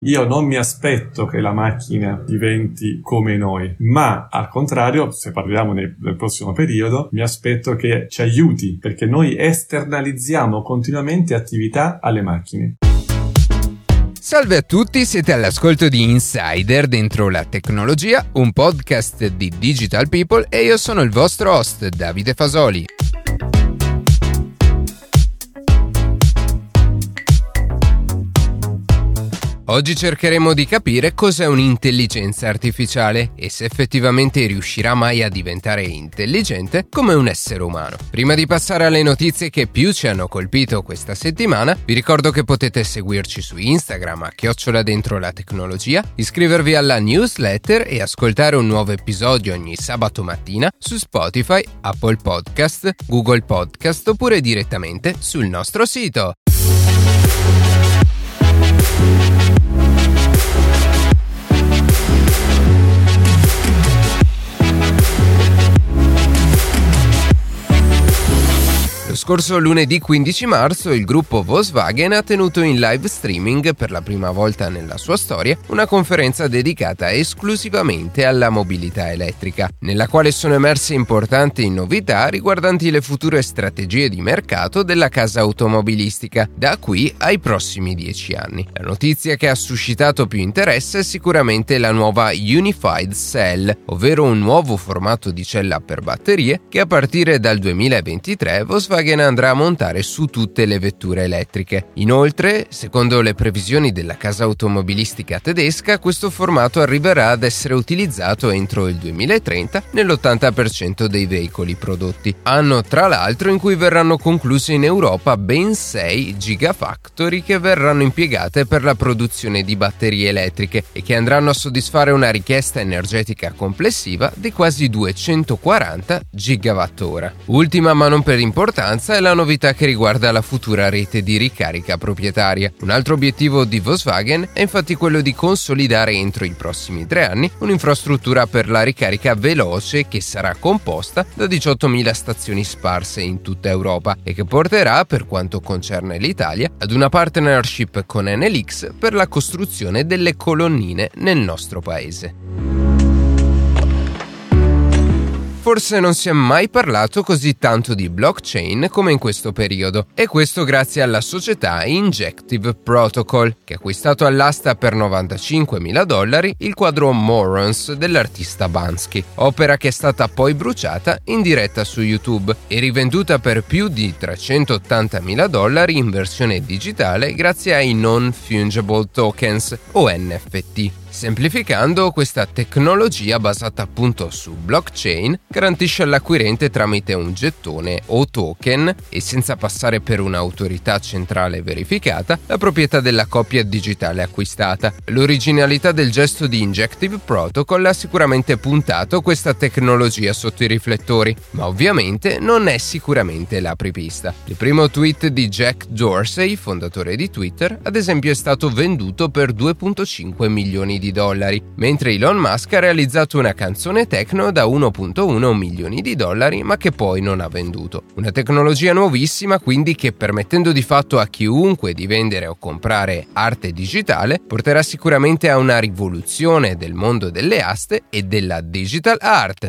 io non mi aspetto che la macchina diventi come noi, ma al contrario, se parliamo nel prossimo periodo, mi aspetto che ci aiuti, perché noi esternalizziamo continuamente attività alle macchine. Salve a tutti, siete all'ascolto di Insider dentro la tecnologia, un podcast di Digital People e io sono il vostro host Davide Fasoli. Oggi cercheremo di capire cos'è un'intelligenza artificiale e se effettivamente riuscirà mai a diventare intelligente come un essere umano. Prima di passare alle notizie che più ci hanno colpito questa settimana, vi ricordo che potete seguirci su Instagram a @dentrolatecnologia, iscrivervi alla newsletter e ascoltare un nuovo episodio ogni sabato mattina su Spotify, Apple Podcast, Google Podcast oppure direttamente sul nostro sito. Scorso lunedì 15 marzo il gruppo Volkswagen ha tenuto in live streaming per la prima volta nella sua storia una conferenza dedicata esclusivamente alla mobilità elettrica, nella quale sono emerse importanti novità riguardanti le future strategie di mercato della casa automobilistica da qui ai prossimi 10 anni. La notizia che ha suscitato più interesse è sicuramente la nuova Unified Cell, ovvero un nuovo formato di cella per batterie che a partire dal 2023 Volkswagen andrà a montare su tutte le vetture elettriche. Inoltre, secondo le previsioni della casa automobilistica tedesca, questo formato arriverà ad essere utilizzato entro il 2030 nell'80% dei veicoli prodotti. Anno tra l'altro in cui verranno concluse in Europa ben 6 gigafactory che verranno impiegate per la produzione di batterie elettriche e che andranno a soddisfare una richiesta energetica complessiva di quasi 240 gigawattora. Ultima ma non per importanza è la novità che riguarda la futura rete di ricarica proprietaria. Un altro obiettivo di Volkswagen è infatti quello di consolidare entro i prossimi 3 anni un'infrastruttura per la ricarica veloce che sarà composta da 18.000 stazioni sparse in tutta Europa e che porterà, per quanto concerne l'Italia, ad una partnership con NLX per la costruzione delle colonnine nel nostro paese. Forse non si è mai parlato così tanto di blockchain come in questo periodo, e questo grazie alla società Injective Protocol, che ha acquistato all'asta per $95.000 il quadro Morons dell'artista Banksy, opera che è stata poi bruciata in diretta su YouTube e rivenduta per più di $380.000 in versione digitale grazie ai Non-Fungible Tokens o NFT. Semplificando, questa tecnologia basata appunto su blockchain garantisce all'acquirente tramite un gettone o token e senza passare per un'autorità centrale verificata la proprietà della copia digitale acquistata. L'originalità del gesto di Injective Protocol ha sicuramente puntato questa tecnologia sotto i riflettori, ma ovviamente non è sicuramente l'apripista. Il primo tweet di Jack Dorsey, fondatore di Twitter, ad esempio è stato venduto per $2.5 milioni, mentre Elon Musk ha realizzato una canzone techno da $1.1 milioni ma che poi non ha venduto. Una tecnologia nuovissima quindi che, permettendo di fatto a chiunque di vendere o comprare arte digitale, porterà sicuramente a una rivoluzione del mondo delle aste e della digital art.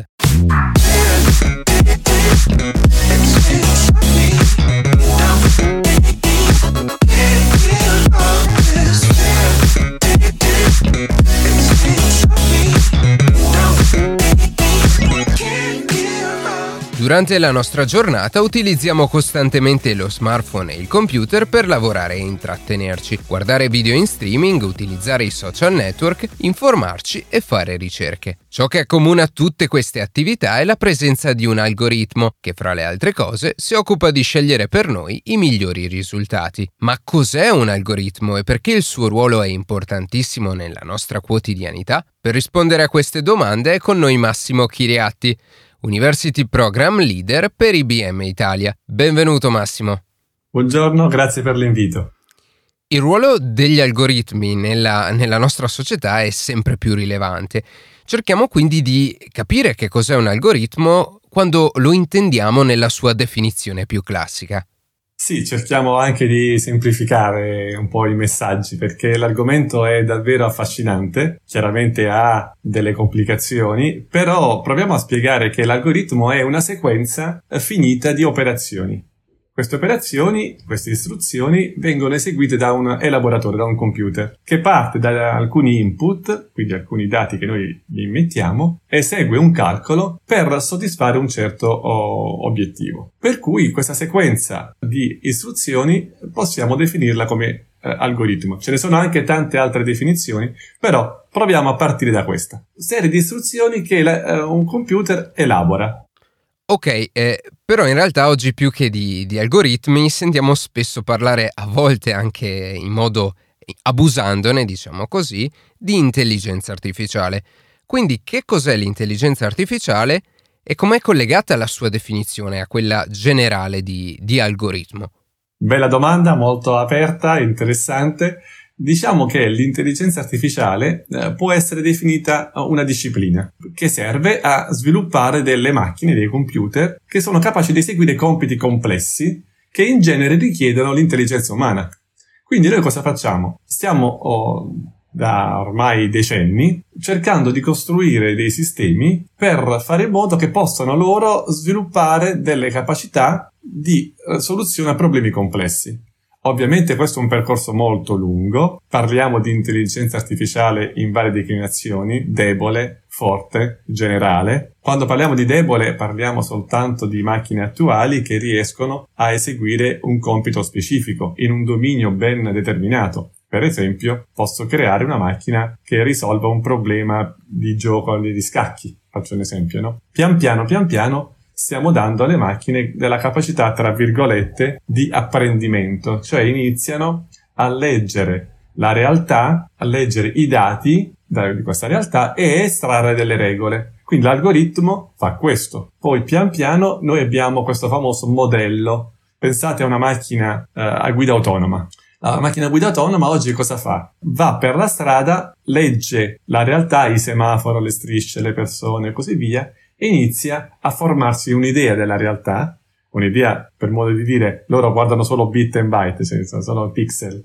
Durante la nostra giornata utilizziamo costantemente lo smartphone e il computer per lavorare e intrattenerci, guardare video in streaming, utilizzare i social network, informarci e fare ricerche. Ciò che accomuna tutte queste attività è la presenza di un algoritmo che, fra le altre cose, si occupa di scegliere per noi i migliori risultati. Ma cos'è un algoritmo e perché il suo ruolo è importantissimo nella nostra quotidianità? Per rispondere a queste domande è con noi Massimo Chiriatti, University Program Leader per IBM Italia. Benvenuto Massimo. Buongiorno, grazie per l'invito. Il ruolo degli algoritmi nella nostra società è sempre più rilevante. Cerchiamo quindi di capire che cos'è un algoritmo quando lo intendiamo nella sua definizione più classica. Sì, cerchiamo anche di semplificare un po' i messaggi perché l'argomento è davvero affascinante, chiaramente ha delle complicazioni, però proviamo a spiegare che l'algoritmo è una sequenza finita di operazioni. Queste operazioni, queste istruzioni, vengono eseguite da un elaboratore, da un computer, che parte da alcuni input, quindi alcuni dati che noi gli immettiamo, esegue un calcolo per soddisfare un certo obiettivo. Per cui questa sequenza di istruzioni possiamo definirla come algoritmo. Ce ne sono anche tante altre definizioni, però proviamo a partire da questa. Serie di istruzioni che un computer elabora. Ok, però in realtà oggi più che di algoritmi sentiamo spesso parlare, a volte anche in modo abusandone, diciamo così, di intelligenza artificiale. Quindi che cos'è l'intelligenza artificiale e com'è collegata la sua definizione a quella generale di algoritmo? Bella domanda, molto aperta, interessante. Diciamo che l'intelligenza artificiale può essere definita una disciplina che serve a sviluppare delle macchine, dei computer, che sono capaci di eseguire compiti complessi che in genere richiedono l'intelligenza umana. Quindi noi cosa facciamo? Stiamo da ormai decenni cercando di costruire dei sistemi per fare in modo che possano loro sviluppare delle capacità di soluzione a problemi complessi. Ovviamente questo è un percorso molto lungo, parliamo di intelligenza artificiale in varie declinazioni, debole, forte, generale. Quando parliamo di debole parliamo soltanto di macchine attuali che riescono a eseguire un compito specifico in un dominio ben determinato. Per esempio, posso creare una macchina che risolva un problema di gioco di scacchi, faccio un esempio, no? Pian piano stiamo dando alle macchine della capacità, tra virgolette, di apprendimento, cioè iniziano a leggere la realtà, a leggere i dati di questa realtà e estrarre delle regole. Quindi l'algoritmo fa questo. Poi pian piano noi abbiamo questo famoso modello. Pensate a una macchina a guida autonoma. La macchina a guida autonoma oggi cosa fa? Va per la strada, legge la realtà, i semafori, le strisce, le persone e così via, e inizia a formarsi un'idea della realtà, un'idea, per modo di dire, loro guardano solo bit and byte, cioè solo pixel,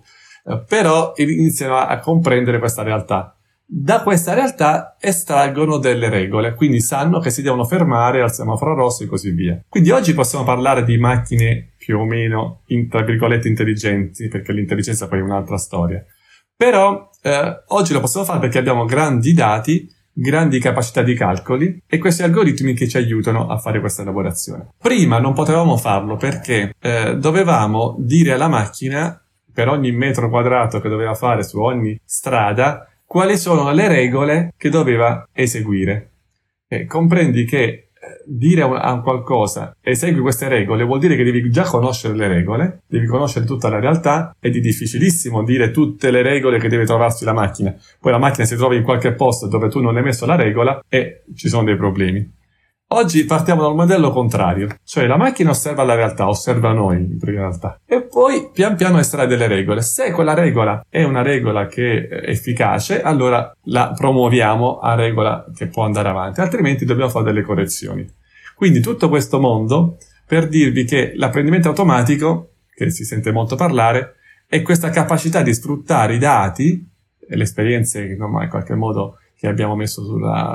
però iniziano a comprendere questa realtà. Da questa realtà estraggono delle regole, quindi sanno che si devono fermare al semaforo rosso e così via. Quindi oggi possiamo parlare di macchine più o meno, tra virgolette, intelligenti, perché l'intelligenza poi è un'altra storia. Però oggi lo possiamo fare perché abbiamo grandi dati, grandi capacità di calcoli e questi algoritmi che ci aiutano a fare questa elaborazione. Prima non potevamo farlo perché dovevamo dire alla macchina, per ogni metro quadrato che doveva fare su ogni strada, quali sono le regole che doveva eseguire. Comprendi che dire a qualcosa esegui queste regole vuol dire che devi già conoscere le regole, devi conoscere tutta la realtà ed è difficilissimo dire tutte le regole che deve trovarsi la macchina. Poi la macchina si trova in qualche posto dove tu non hai messo la regola e ci sono dei problemi. Oggi partiamo dal modello contrario, cioè la macchina osserva la realtà, osserva noi in realtà e poi pian piano estrae delle regole. Se quella regola è una regola che è efficace, allora la promuoviamo a regola che può andare avanti, altrimenti dobbiamo fare delle correzioni. Quindi tutto questo mondo per dirvi che l'apprendimento automatico, che si sente molto parlare, è questa capacità di sfruttare i dati e le esperienze in qualche modo che abbiamo messo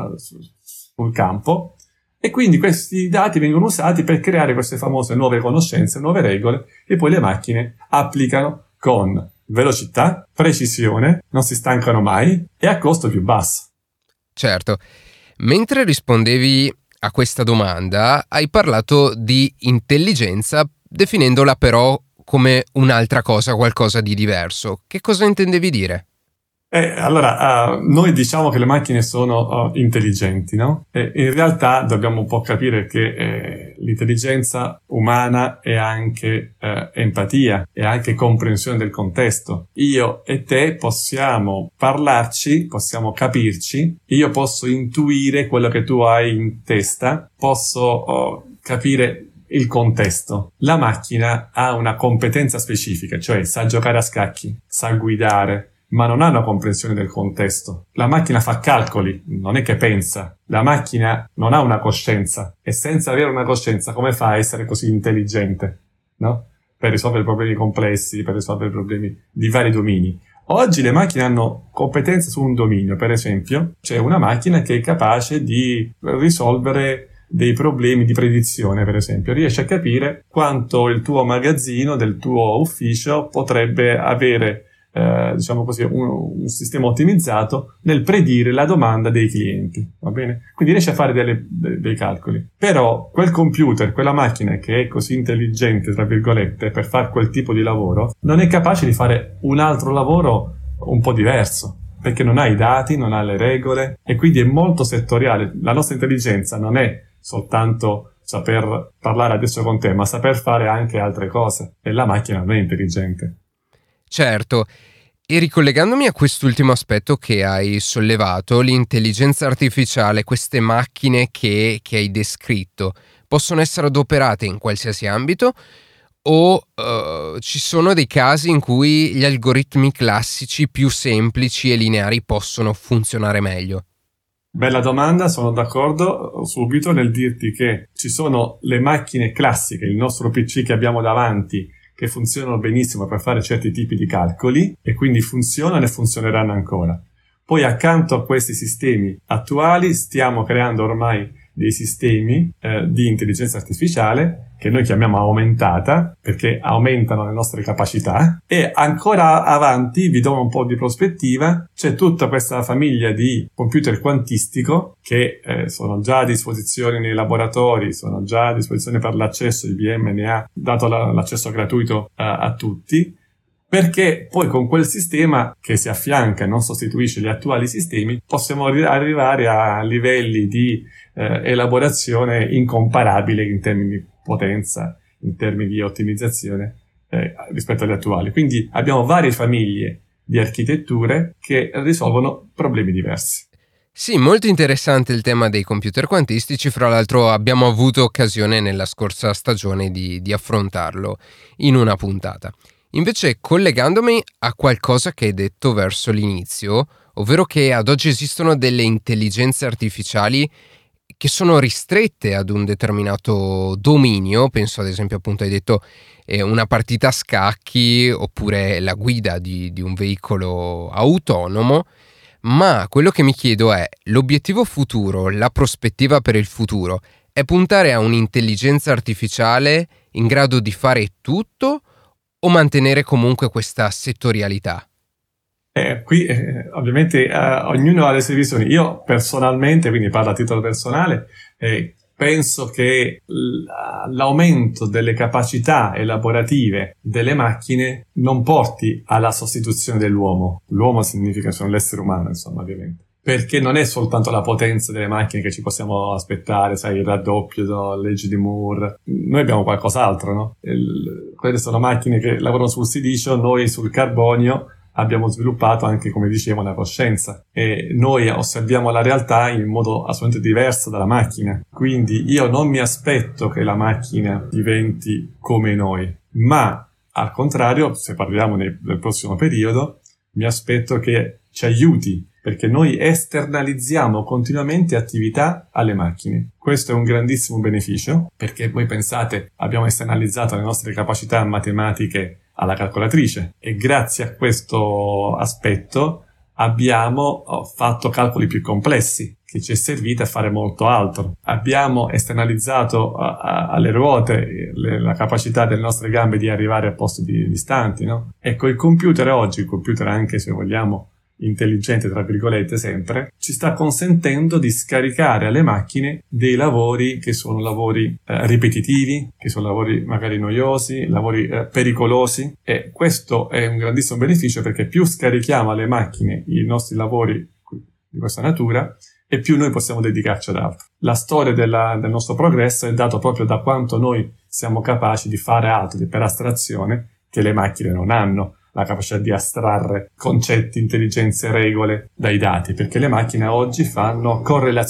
sul campo. E quindi questi dati vengono usati per creare queste famose nuove conoscenze, nuove regole, e poi le macchine applicano con velocità, precisione, non si stancano mai e a costo più basso. Certo. Mentre rispondevi a questa domanda, hai parlato di intelligenza, definendola però come un'altra cosa, qualcosa di diverso. Che cosa intendevi dire? Allora, noi diciamo che le macchine sono intelligenti, no? E in realtà dobbiamo un po' capire che l'intelligenza umana è anche empatia, è anche comprensione del contesto. Io e te possiamo parlarci, possiamo capirci, io posso intuire quello che tu hai in testa, posso capire il contesto. La macchina ha una competenza specifica, cioè sa giocare a scacchi, sa guidare, ma non ha una comprensione del contesto. La macchina fa calcoli, non è che pensa. La macchina non ha una coscienza e senza avere una coscienza come fa a essere così intelligente, no? per risolvere problemi complessi, per risolvere problemi di vari domini. Oggi le macchine hanno competenze su un dominio, per esempio c'è una macchina che è capace di risolvere dei problemi di predizione, per esempio, riesce a capire quanto il tuo magazzino del tuo ufficio potrebbe avere, diciamo così, un sistema ottimizzato nel predire la domanda dei clienti, va bene? Quindi riesce a fare dei calcoli. Però quel computer, quella macchina che è così intelligente, tra virgolette, per fare quel tipo di lavoro, non è capace di fare un altro lavoro un po' diverso, perché non ha i dati, non ha le regole, e quindi è molto settoriale. La nostra intelligenza non è soltanto saper parlare adesso con te, ma saper fare anche altre cose, e la macchina non è intelligente. Certo, e ricollegandomi a quest'ultimo aspetto che hai sollevato, l'intelligenza artificiale, queste macchine che hai descritto, possono essere adoperate in qualsiasi ambito o ci sono dei casi in cui gli algoritmi classici più semplici e lineari possono funzionare meglio? Bella domanda, sono d'accordo subito nel dirti che ci sono le macchine classiche, il nostro PC che abbiamo davanti, che funzionano benissimo per fare certi tipi di calcoli e quindi funzionano e funzioneranno ancora. Poi accanto a questi sistemi attuali stiamo creando ormai dei sistemi di intelligenza artificiale che noi chiamiamo aumentata, perché aumentano le nostre capacità, e ancora avanti, vi do un po' di prospettiva, c'è tutta questa famiglia di computer quantistico che sono già a disposizione nei laboratori, sono già a disposizione per l'accesso, IBM ne ha dato l'accesso gratuito a tutti, perché poi con quel sistema che si affianca e non sostituisce gli attuali sistemi possiamo arrivare a livelli di elaborazione incomparabile in termini di potenza, in termini di ottimizzazione rispetto agli attuali. Quindi abbiamo varie famiglie di architetture che risolvono problemi diversi. Sì, molto interessante il tema dei computer quantistici, fra l'altro abbiamo avuto occasione nella scorsa stagione di affrontarlo in una puntata. Invece, collegandomi a qualcosa che hai detto verso l'inizio, ovvero che ad oggi esistono delle intelligenze artificiali che sono ristrette ad un determinato dominio, penso ad esempio, appunto, hai detto una partita a scacchi oppure la guida di un veicolo autonomo, ma quello che mi chiedo è, l'obiettivo futuro, la prospettiva per il futuro, è puntare a un'intelligenza artificiale in grado di fare tutto o mantenere comunque questa settorialità? Qui ovviamente ognuno ha le sue visioni. Io personalmente, quindi parlo a titolo personale, penso che l'aumento delle capacità elaborative delle macchine non porti alla sostituzione dell'uomo. L'uomo significa sono l'essere umano, insomma, ovviamente. Perché non è soltanto la potenza delle macchine che ci possiamo aspettare, sai, il raddoppio, la legge di Moore. Noi abbiamo qualcos'altro, no? Quelle sono macchine che lavorano sul silicio, noi sul carbonio. Abbiamo sviluppato anche, come dicevo, una coscienza e noi osserviamo la realtà in modo assolutamente diverso dalla macchina. Quindi io non mi aspetto che la macchina diventi come noi, ma al contrario, se parliamo del prossimo periodo, mi aspetto che ci aiuti, perché noi esternalizziamo continuamente attività alle macchine. Questo è un grandissimo beneficio, perché voi pensate, abbiamo esternalizzato le nostre capacità matematiche alla calcolatrice e grazie a questo aspetto abbiamo fatto calcoli più complessi che ci è servito a fare molto altro. Abbiamo esternalizzato alle ruote la capacità delle nostre gambe di arrivare a posti distanti, no? Ecco, il computer oggi, il computer anche se vogliamo intelligente tra virgolette sempre, ci sta consentendo di scaricare alle macchine dei lavori che sono lavori ripetitivi, che sono lavori magari noiosi, lavori pericolosi, e questo è un grandissimo beneficio perché più scarichiamo alle macchine i nostri lavori di questa natura e più noi possiamo dedicarci ad altro. La storia del nostro progresso è data proprio da quanto noi siamo capaci di fare altro per astrazione che le macchine non hanno. La capacità di astrarre concetti, intelligenze, regole dai dati, perché le macchine oggi fanno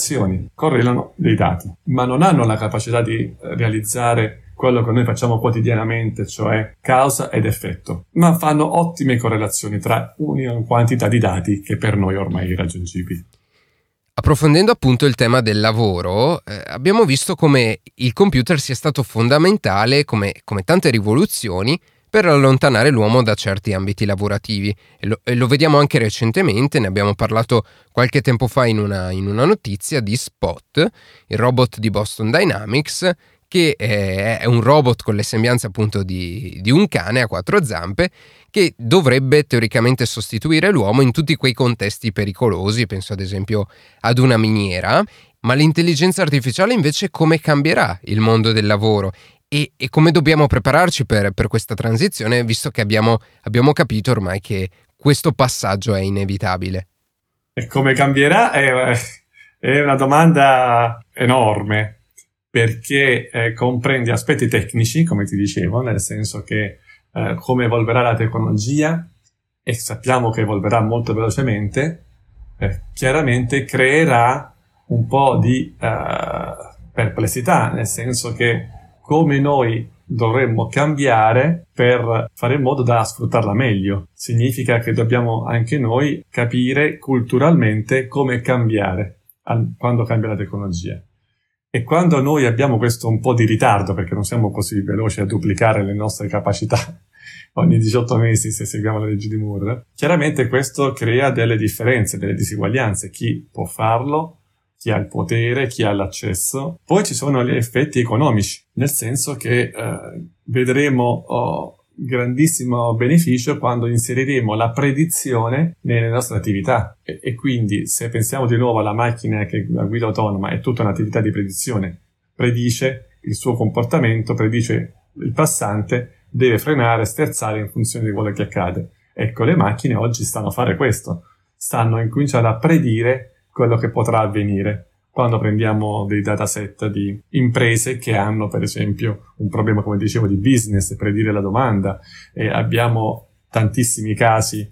correlano dei dati, ma non hanno la capacità di realizzare quello che noi facciamo quotidianamente, cioè causa ed effetto, ma fanno ottime correlazioni tra una quantità di dati che per noi ormai è irraggiungibile. Approfondendo appunto il tema del lavoro, abbiamo visto come il computer sia stato fondamentale, come tante rivoluzioni, per allontanare l'uomo da certi ambiti lavorativi. E lo vediamo anche recentemente, ne abbiamo parlato qualche tempo fa in una notizia di Spot, il robot di Boston Dynamics, che è un robot con le sembianze appunto di un cane a 4 zampe, che dovrebbe teoricamente sostituire l'uomo in tutti quei contesti pericolosi, penso ad esempio ad una miniera. Ma l'intelligenza artificiale invece come cambierà il mondo del lavoro? E come dobbiamo prepararci per questa transizione, visto che abbiamo capito ormai che questo passaggio è inevitabile? E come cambierà è una domanda enorme, perché comprende aspetti tecnici, come ti dicevo, nel senso che come evolverà la tecnologia, e sappiamo che evolverà molto velocemente, chiaramente creerà un po' di perplessità, nel senso che come noi dovremmo cambiare per fare in modo da sfruttarla meglio. Significa che dobbiamo anche noi capire culturalmente come cambiare quando cambia la tecnologia. E quando noi abbiamo questo un po' di ritardo, perché non siamo così veloci a duplicare le nostre capacità ogni 18 mesi se seguiamo la legge di Moore, chiaramente questo crea delle differenze, delle disuguaglianze. Chi può farlo? Chi ha il potere, chi ha l'accesso. Poi ci sono gli effetti economici, nel senso che vedremo grandissimo beneficio quando inseriremo la predizione nelle nostre attività. E quindi, se pensiamo di nuovo alla macchina che la guida autonoma, è tutta un'attività di predizione. Predice il suo comportamento, predice il passante, deve frenare, sterzare in funzione di quello che accade. Ecco, le macchine oggi stanno a fare questo. Stanno incominciando a predire quello che potrà avvenire quando prendiamo dei dataset di imprese che hanno, per esempio, un problema, come dicevo, di business, predire la domanda, e abbiamo tantissimi casi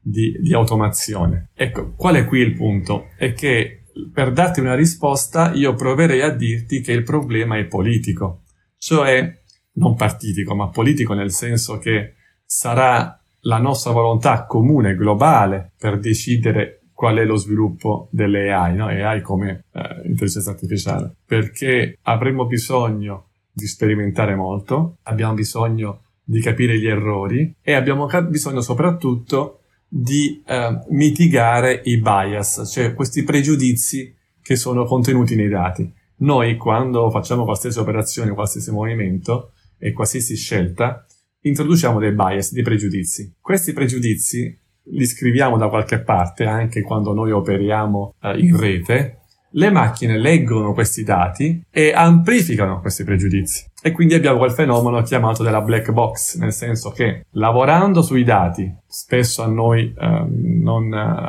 di automazione. Ecco, qual è qui il punto? È che per darti una risposta io proverei a dirti che il problema è politico, cioè non partitico, ma politico, nel senso che sarà la nostra volontà comune, globale, per decidere qual è lo sviluppo delle AI, no? AI come intelligenza artificiale, perché avremo bisogno di sperimentare molto, abbiamo bisogno di capire gli errori e abbiamo bisogno soprattutto di mitigare i bias, cioè questi pregiudizi che sono contenuti nei dati. Noi, quando facciamo qualsiasi operazione, qualsiasi movimento e qualsiasi scelta, introduciamo dei bias, dei pregiudizi. Questi pregiudizi li scriviamo da qualche parte, anche quando noi operiamo in rete. Le macchine leggono questi dati e amplificano questi pregiudizi. E quindi abbiamo quel fenomeno chiamato della black box, nel senso che lavorando sui dati, spesso a noi non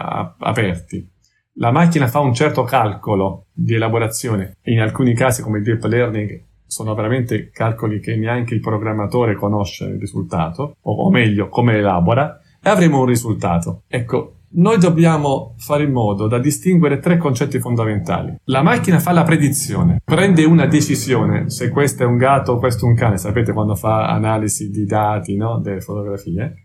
aperti, la macchina fa un certo calcolo di elaborazione. In alcuni casi, come il deep learning, sono veramente calcoli che neanche il programmatore conosce il risultato, o meglio, come elabora, e avremo un risultato. Ecco, noi dobbiamo fare in modo da distinguere 3 concetti fondamentali. La macchina fa la predizione, prende una decisione, se questo è un gatto o questo è un cane, sapete quando fa analisi di dati, no? Delle fotografie.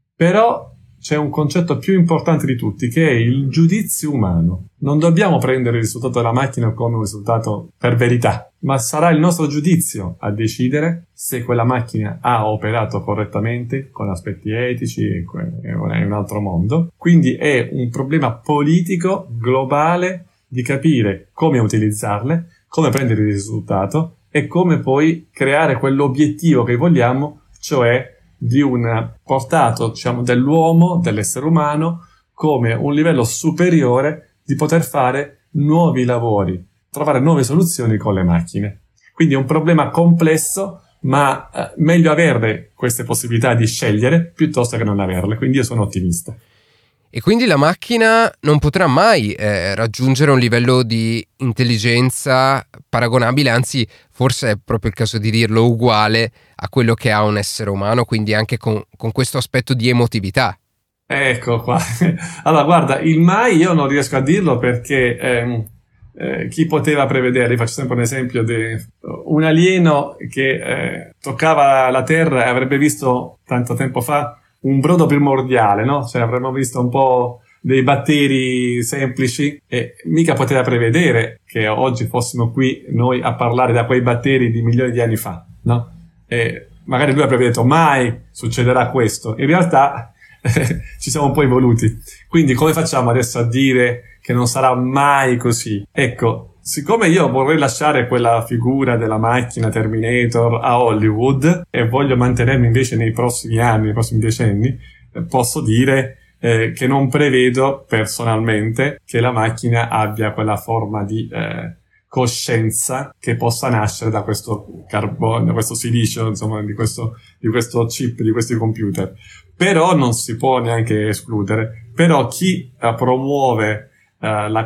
Però c'è un concetto più importante di tutti, che è il giudizio umano. Non dobbiamo prendere il risultato della macchina come un risultato per verità, ma sarà il nostro giudizio a decidere se quella macchina ha operato correttamente, con aspetti etici, è un altro mondo. Quindi è un problema politico, globale, di capire come utilizzarle, come prendere il risultato e come poi creare quell'obiettivo che vogliamo, cioè di un portato, diciamo, dell'uomo, dell'essere umano, come un livello superiore di poter fare nuovi lavori, trovare nuove soluzioni con le macchine. Quindi è un problema complesso, ma meglio avere queste possibilità di scegliere piuttosto che non averle. Quindi io sono ottimista. E quindi la macchina non potrà mai raggiungere un livello di intelligenza paragonabile, anzi forse è proprio il caso di dirlo, uguale a quello che ha un essere umano, quindi anche con questo aspetto di emotività. Ecco qua. Allora guarda, il mai io non riesco a dirlo perché chi poteva prevedere, faccio sempre un esempio di un alieno che toccava la Terra e avrebbe visto tanto tempo fa un brodo primordiale, no? Cioè avremmo visto un po' dei batteri semplici e mica poteva prevedere che oggi fossimo qui noi a parlare da quei batteri di milioni di anni fa, no? E magari lui avrebbe detto mai succederà questo. In realtà ci siamo un po' evoluti. Quindi come facciamo adesso a dire che non sarà mai così? Ecco, siccome io vorrei lasciare quella figura della macchina Terminator a Hollywood e voglio mantenermi invece nei prossimi anni, nei prossimi decenni, posso dire che non prevedo personalmente che la macchina abbia quella forma di coscienza che possa nascere da questo carbonio, da questo silicio, insomma, di questo chip, di questi computer. Però non si può neanche escludere. Però chi promuove la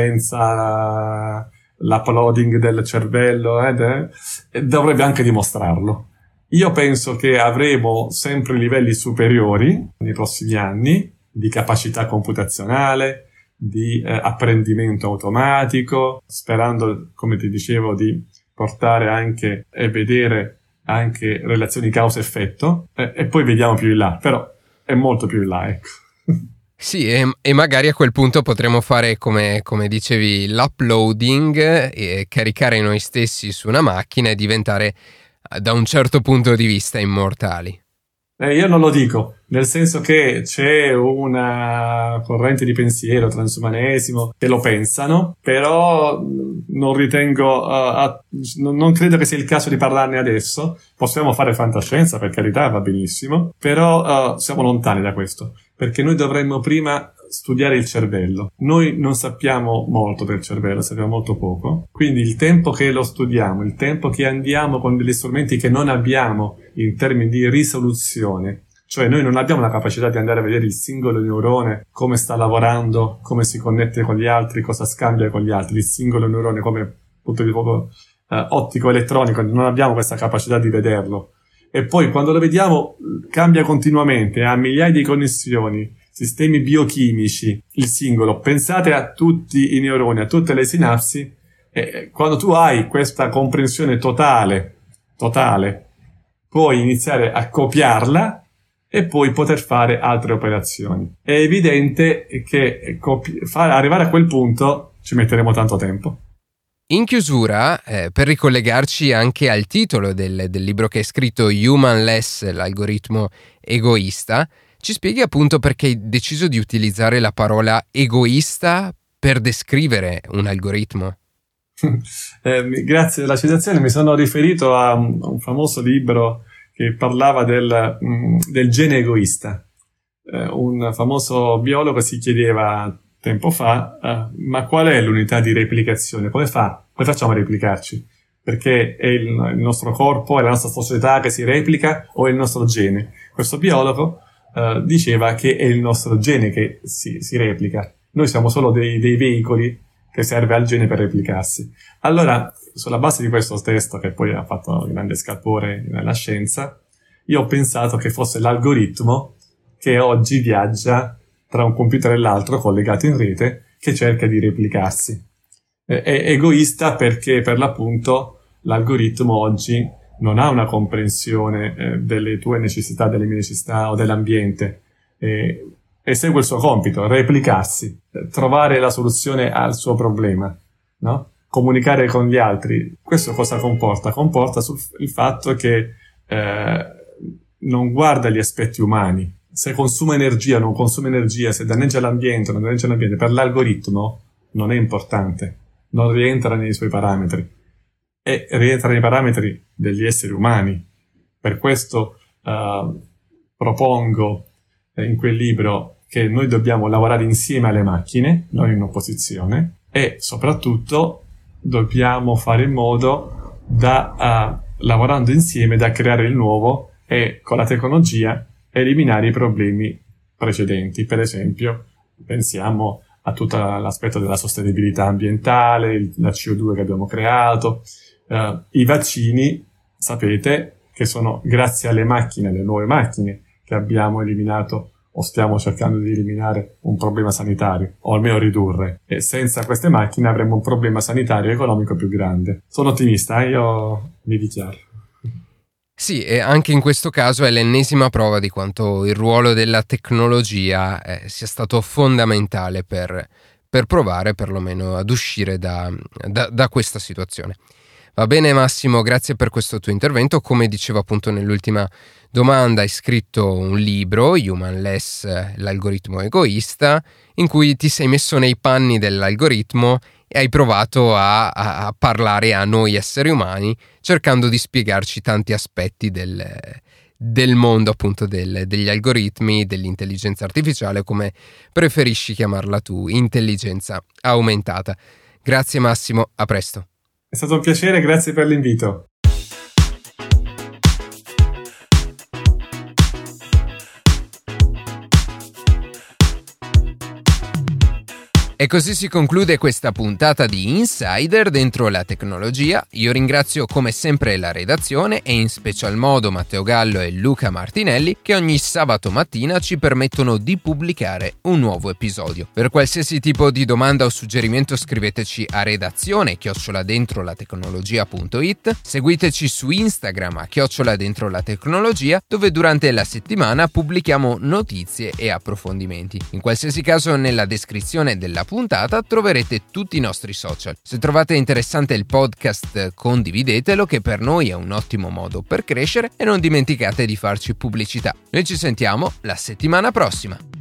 coscienza, l'uploading del cervello, dovrebbe anche dimostrarlo. Io penso che avremo sempre livelli superiori nei prossimi anni di capacità computazionale, di apprendimento automatico, sperando, come ti dicevo, di portare anche e vedere anche relazioni causa-effetto, e poi vediamo più in là, però è molto più in là, ecco. Sì, e magari a quel punto potremo fare, come dicevi, l'uploading e caricare noi stessi su una macchina e diventare, da un certo punto di vista, immortali. Io non lo dico, nel senso che c'è una corrente di pensiero, transumanesimo, che lo pensano, però non ritengo, non credo che sia il caso di parlarne adesso. Possiamo fare fantascienza, per carità, va benissimo, però siamo lontani da questo, perché noi dovremmo prima studiare il cervello. Noi non sappiamo molto del cervello, sappiamo molto poco, quindi il tempo che lo studiamo, il tempo che andiamo con degli strumenti che non abbiamo in termini di risoluzione, cioè noi non abbiamo la capacità di andare a vedere il singolo neurone, come sta lavorando, come si connette con gli altri, cosa scambia con gli altri, il singolo neurone come punto di fuoco ottico-elettronico, non abbiamo questa capacità di vederlo. E poi quando lo vediamo cambia continuamente, ha migliaia di connessioni, sistemi biochimici, il singolo. Pensate a tutti i neuroni, a tutte le sinapsi, e quando tu hai questa comprensione totale, puoi iniziare a copiarla e poi poter fare altre operazioni. È evidente che arrivare a quel punto ci metteremo tanto tempo. In chiusura, per ricollegarci anche al titolo del libro che hai scritto, Humanless, l'algoritmo egoista, ci spieghi appunto perché hai deciso di utilizzare la parola egoista per descrivere un algoritmo? Grazie della citazione. Mi sono riferito a un famoso libro che parlava del gene egoista. Un famoso biologo si chiedeva tempo fa, ma qual è l'unità di replicazione? Come facciamo a replicarci? Perché è il nostro corpo, è la nostra società che si replica o è il nostro gene? Questo biologo diceva che è il nostro gene che si replica. Noi siamo solo dei veicoli che serve al gene per replicarsi. Allora, sulla base di questo testo, che poi ha fatto grande scalpore nella scienza, io ho pensato che fosse l'algoritmo che oggi viaggia tra un computer e l'altro, collegato in rete, che cerca di replicarsi. È egoista perché, per l'appunto, l'algoritmo oggi non ha una comprensione delle tue necessità, delle mie necessità o dell'ambiente, e segue il suo compito, replicarsi, trovare la soluzione al suo problema, no? Comunicare con gli altri. Questo cosa comporta? Comporta il fatto che non guarda gli aspetti umani. Se consuma energia o non consuma energia, se danneggia l'ambiente o non danneggia l'ambiente, per l'algoritmo non è importante, non rientra nei suoi parametri. E rientra nei parametri degli esseri umani. Per questo propongo in quel libro che noi dobbiamo lavorare insieme alle macchine, non in opposizione, e soprattutto dobbiamo fare in modo da, lavorando insieme, da creare il nuovo e con la tecnologia eliminare i problemi precedenti. Per esempio, pensiamo a tutto l'aspetto della sostenibilità ambientale, la CO2 che abbiamo creato. I vaccini, sapete, che sono grazie alle macchine, alle nuove macchine, che abbiamo eliminato o stiamo cercando di eliminare un problema sanitario, o almeno ridurre. E senza queste macchine avremmo un problema sanitario e economico più grande. Sono ottimista, io mi dichiaro. Sì, e anche in questo caso è l'ennesima prova di quanto il ruolo della tecnologia sia stato fondamentale per provare perlomeno ad uscire da questa situazione. Va bene Massimo, grazie per questo tuo intervento. Come dicevo appunto nell'ultima domanda, hai scritto un libro, Humanless, l'algoritmo egoista, in cui ti sei messo nei panni dell'algoritmo e hai provato a parlare a noi esseri umani, cercando di spiegarci tanti aspetti del mondo appunto degli algoritmi, dell'intelligenza artificiale, come preferisci chiamarla tu, intelligenza aumentata. Grazie Massimo, a presto. È stato un piacere, grazie per l'invito. E così si conclude questa puntata di Insider dentro la tecnologia. Io ringrazio come sempre la redazione e in special modo Matteo Gallo e Luca Martinelli che ogni sabato mattina ci permettono di pubblicare un nuovo episodio. Per qualsiasi tipo di domanda o suggerimento scriveteci a redazione@dentrolatecnologia.it, seguiteci su Instagram @dentrolatecnologia, dove durante la settimana pubblichiamo notizie e approfondimenti. In qualsiasi caso nella descrizione della puntata troverete tutti i nostri social. Se trovate interessante il podcast, condividetelo, che per noi è un ottimo modo per crescere, e non dimenticate di farci pubblicità. Noi ci sentiamo la settimana prossima.